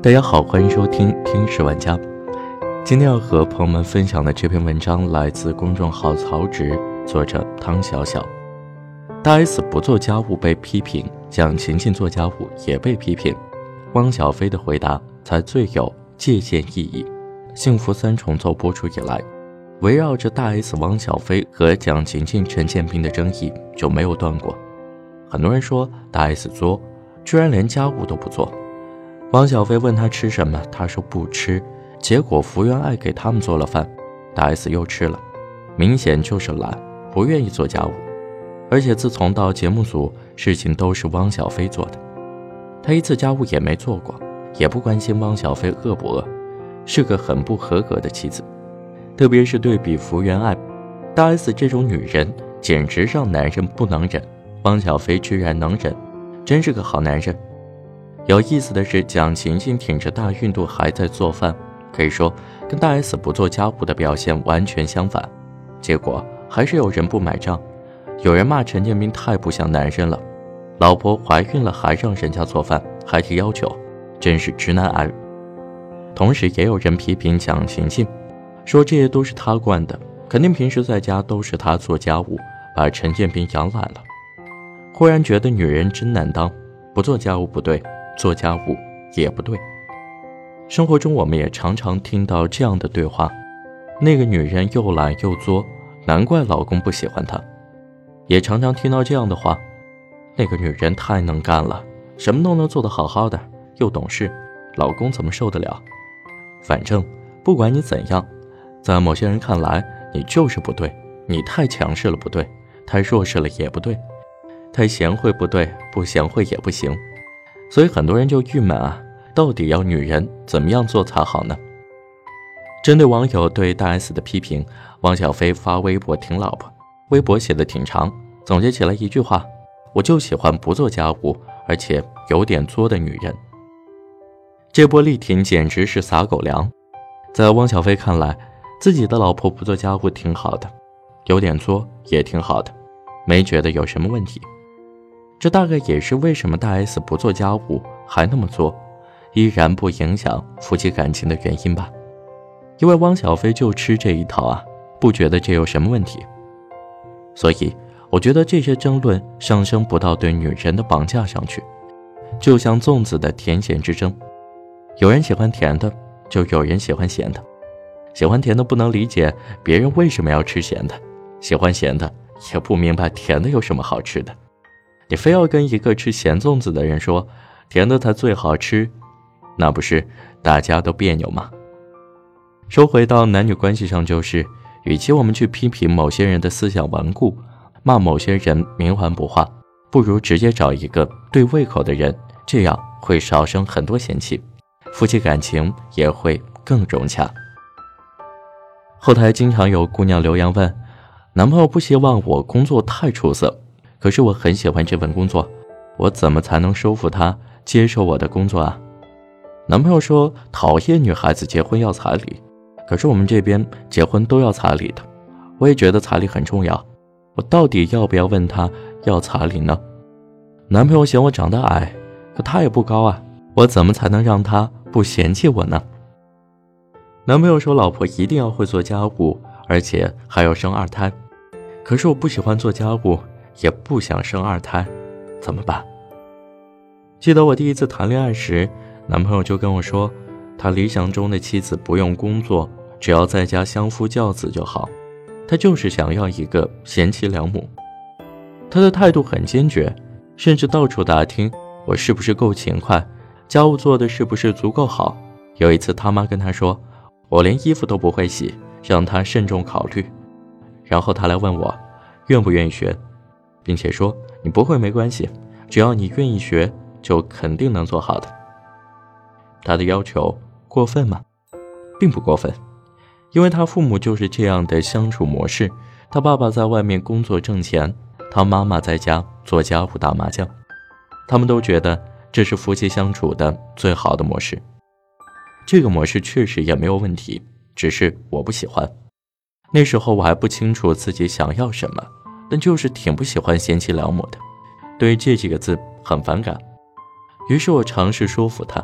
大家好，欢迎收听听史玩家。今天要和朋友们分享的这篇文章来自公众号曹植，作者汤小小。大 S 不做家务被批评，蒋勤勤做家务也被批评，汪小菲的回答才最有借鉴意义。幸福三重奏播出以来，围绕着大 S 汪小菲和蒋勤勤陈建斌的争议就没有断过。很多人说大 S 作，居然连家务都不做。汪小菲问他吃什么，他说不吃，结果福原爱给他们做了饭，大 S 又吃了，明显就是懒，不愿意做家务。而且自从到节目组，事情都是汪小菲做的，他一次家务也没做过，也不关心汪小菲饿不饿，是个很不合格的妻子。特别是对比福原爱，大 S 这种女人简直让男人不能忍，汪小菲居然能忍，真是个好男人。有意思的是，蒋勤勤挺着大孕肚还在做饭，可以说跟大 S 不做家务的表现完全相反，结果还是有人不买账。有人骂陈建斌太不像男人了，老婆怀孕了还让人家做饭，还提要求，真是直男癌。同时也有人批评蒋勤勤，说这些都是他惯的，肯定平时在家都是他做家务，把陈建斌养懒了。忽然觉得女人真难当，不做家务不对，做家务也不对。生活中我们也常常听到这样的对话，那个女人又懒又作，难怪老公不喜欢她。也常常听到这样的话，那个女人太能干了，什么都能做得好好的，又懂事，老公怎么受得了。反正不管你怎样，在某些人看来你就是不对，你太强势了不对，太弱势了也不对，太贤惠不对，不贤惠也不行。所以很多人就郁闷啊，到底要女人怎么样做才好呢？针对网友对大 S 的批评，汪小菲发微博挺老婆，微博写的挺长，总结起来一句话，我就喜欢不做家务而且有点作的女人。这波力挺简直是撒狗粮。在汪小菲看来，自己的老婆不做家务挺好的，有点作也挺好的，没觉得有什么问题。这大概也是为什么大 S 不做家务还那么做，依然不影响夫妻感情的原因吧。因为汪小菲就吃这一套啊，不觉得这有什么问题。所以我觉得这些争论上升不到对女人的绑架上去，就像粽子的甜咸之争，有人喜欢甜的，就有人喜欢咸的，喜欢甜的不能理解别人为什么要吃咸的，喜欢咸的也不明白甜的有什么好吃的。你非要跟一个吃咸粽子的人说甜的才最好吃，那不是大家都别扭吗？说回到男女关系上，就是与其我们去批评某些人的思想顽固，骂某些人冥顽不化，不如直接找一个对胃口的人，这样会少生很多嫌弃，夫妻感情也会更融洽。后台经常有姑娘留言问，男朋友不希望我工作太出色，可是我很喜欢这份工作，我怎么才能说服他接受我的工作啊？男朋友说讨厌女孩子结婚要彩礼，可是我们这边结婚都要彩礼的，我也觉得彩礼很重要，我到底要不要问他要彩礼呢？男朋友嫌我长得矮，可他也不高啊，我怎么才能让他不嫌弃我呢？男朋友说老婆一定要会做家务，而且还要生二胎，可是我不喜欢做家务，也不想生二胎，怎么办？记得我第一次谈恋爱时，男朋友就跟我说，他理想中的妻子不用工作，只要在家相夫教子就好，他就是想要一个贤妻良母。他的态度很坚决，甚至到处打听我是不是够勤快，家务做的是不是足够好。有一次他妈跟他说，我连衣服都不会洗，让他慎重考虑。然后他来问我愿不愿意学，并且说你不会没关系，只要你愿意学，就肯定能做好的。他的要求过分吗？并不过分，因为他父母就是这样的相处模式，他爸爸在外面工作挣钱，他妈妈在家做家务打麻将，他们都觉得这是夫妻相处的最好的模式。这个模式确实也没有问题，只是我不喜欢。那时候我还不清楚自己想要什么，但就是挺不喜欢贤妻良母的，对于这几个字很反感。于是我尝试说服他，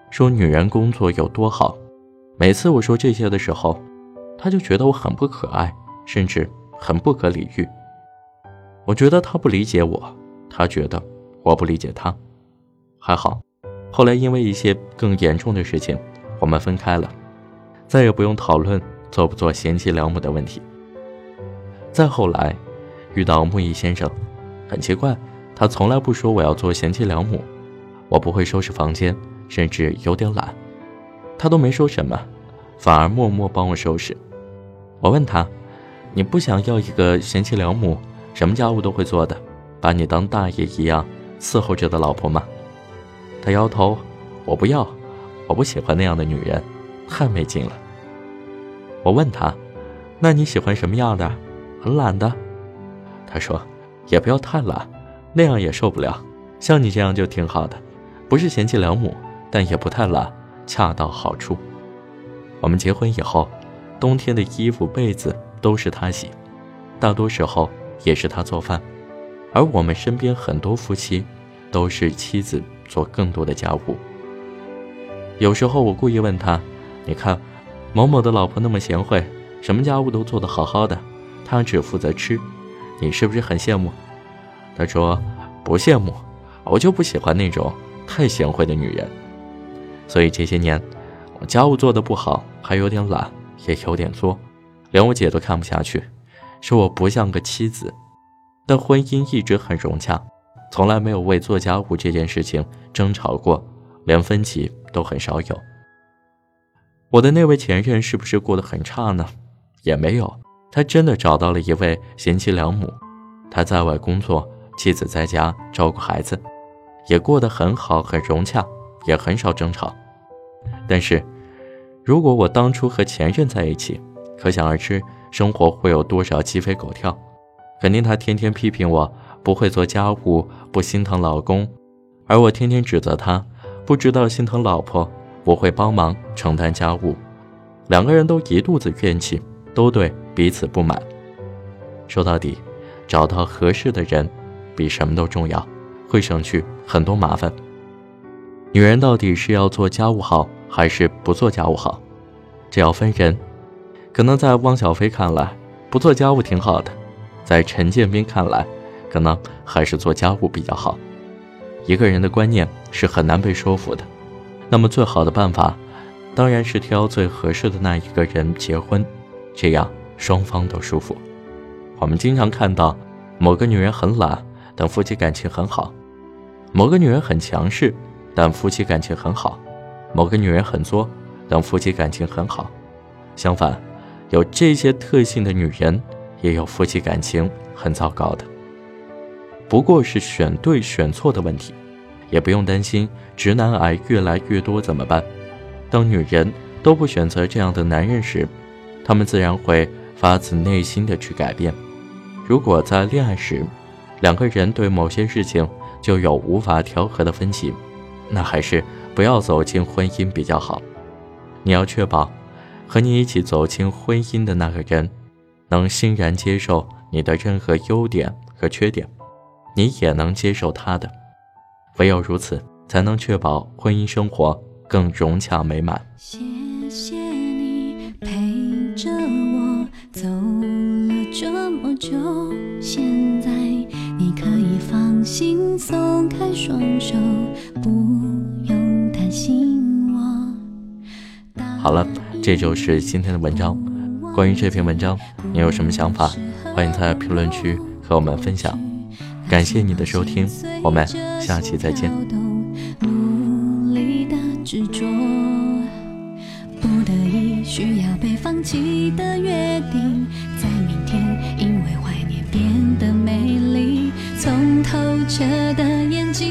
说女人工作有多好。每次我说这些的时候，他就觉得我很不可爱，甚至很不可理喻。我觉得他不理解我，他觉得我不理解他。还好，后来因为一些更严重的事情，我们分开了，再也不用讨论做不做贤妻良母的问题。再后来遇到木易先生，很奇怪，他从来不说我要做贤妻良母，我不会收拾房间，甚至有点懒，他都没说什么，反而默默帮我收拾。我问他，你不想要一个贤妻良母，什么家务都会做的，把你当大爷一样伺候着的老婆吗？他摇头，我不要，我不喜欢那样的女人，太没劲了。我问他，那你喜欢什么样的？很懒的？他说，也不要太懒，那样也受不了，像你这样就挺好的，不是贤妻良母，但也不太懒，恰到好处。我们结婚以后，冬天的衣服被子都是他洗，大多时候也是他做饭，而我们身边很多夫妻都是妻子做更多的家务。有时候我故意问他，你看某某的老婆那么贤惠，什么家务都做得好好的，他只负责吃，你是不是很羡慕？他说，不羡慕，我就不喜欢那种太贤惠的女人。所以这些年我家务做得不好，还有点懒，也有点作，连我姐都看不下去，说我不像个妻子。但婚姻一直很融洽，从来没有为做家务这件事情争吵过，连分歧都很少有。我的那位前任是不是过得很差呢？也没有，他真的找到了一位贤妻良母，他在外工作，妻子在家照顾孩子，也过得很好，很融洽，也很少争吵。但是如果我当初和前任在一起，可想而知生活会有多少鸡飞狗跳。肯定他天天批评我不会做家务，不心疼老公，而我天天指责他不知道心疼老婆，不会帮忙承担家务。两个人都一肚子怨气，都对彼此不满。说到底，找到合适的人比什么都重要，会省去很多麻烦。女人到底是要做家务好，还是不做家务好？这要分人。可能在汪小菲看来，不做家务挺好的，在陈建斌看来，可能还是做家务比较好。一个人的观念是很难被说服的，那么最好的办法当然是挑最合适的那一个人结婚，这样双方都舒服。我们经常看到某个女人很懒，但夫妻感情很好；某个女人很强势，但夫妻感情很好；某个女人很作，但夫妻感情很好。相反，有这些特性的女人也有夫妻感情很糟糕的，不过是选对选错的问题，也不用担心直男癌越来越多怎么办。当女人都不选择这样的男人时，他们自然会发自内心的去改变。如果在恋爱时，两个人对某些事情就有无法调和的分歧，那还是不要走进婚姻比较好。你要确保和你一起走进婚姻的那个人能欣然接受你的任何优点和缺点，你也能接受他的。唯有如此，才能确保婚姻生活更融洽美满。 谢谢你陪着我走了这么久，现在你可以放心松开双手，不用担心我。 好了，这就是今天的文章。关于这篇文章，你有什么想法？欢迎在评论区和我们分享。感谢你的收听，我们下期再见。 努力的执着，不得已需要被放弃的约定，在明天因为怀念变得美丽，从透彻的眼睛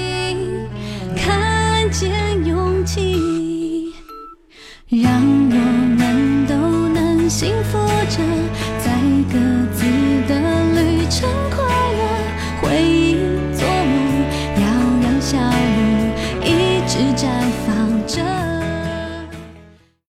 看见勇气，让我们都能幸福着，在各自的旅程。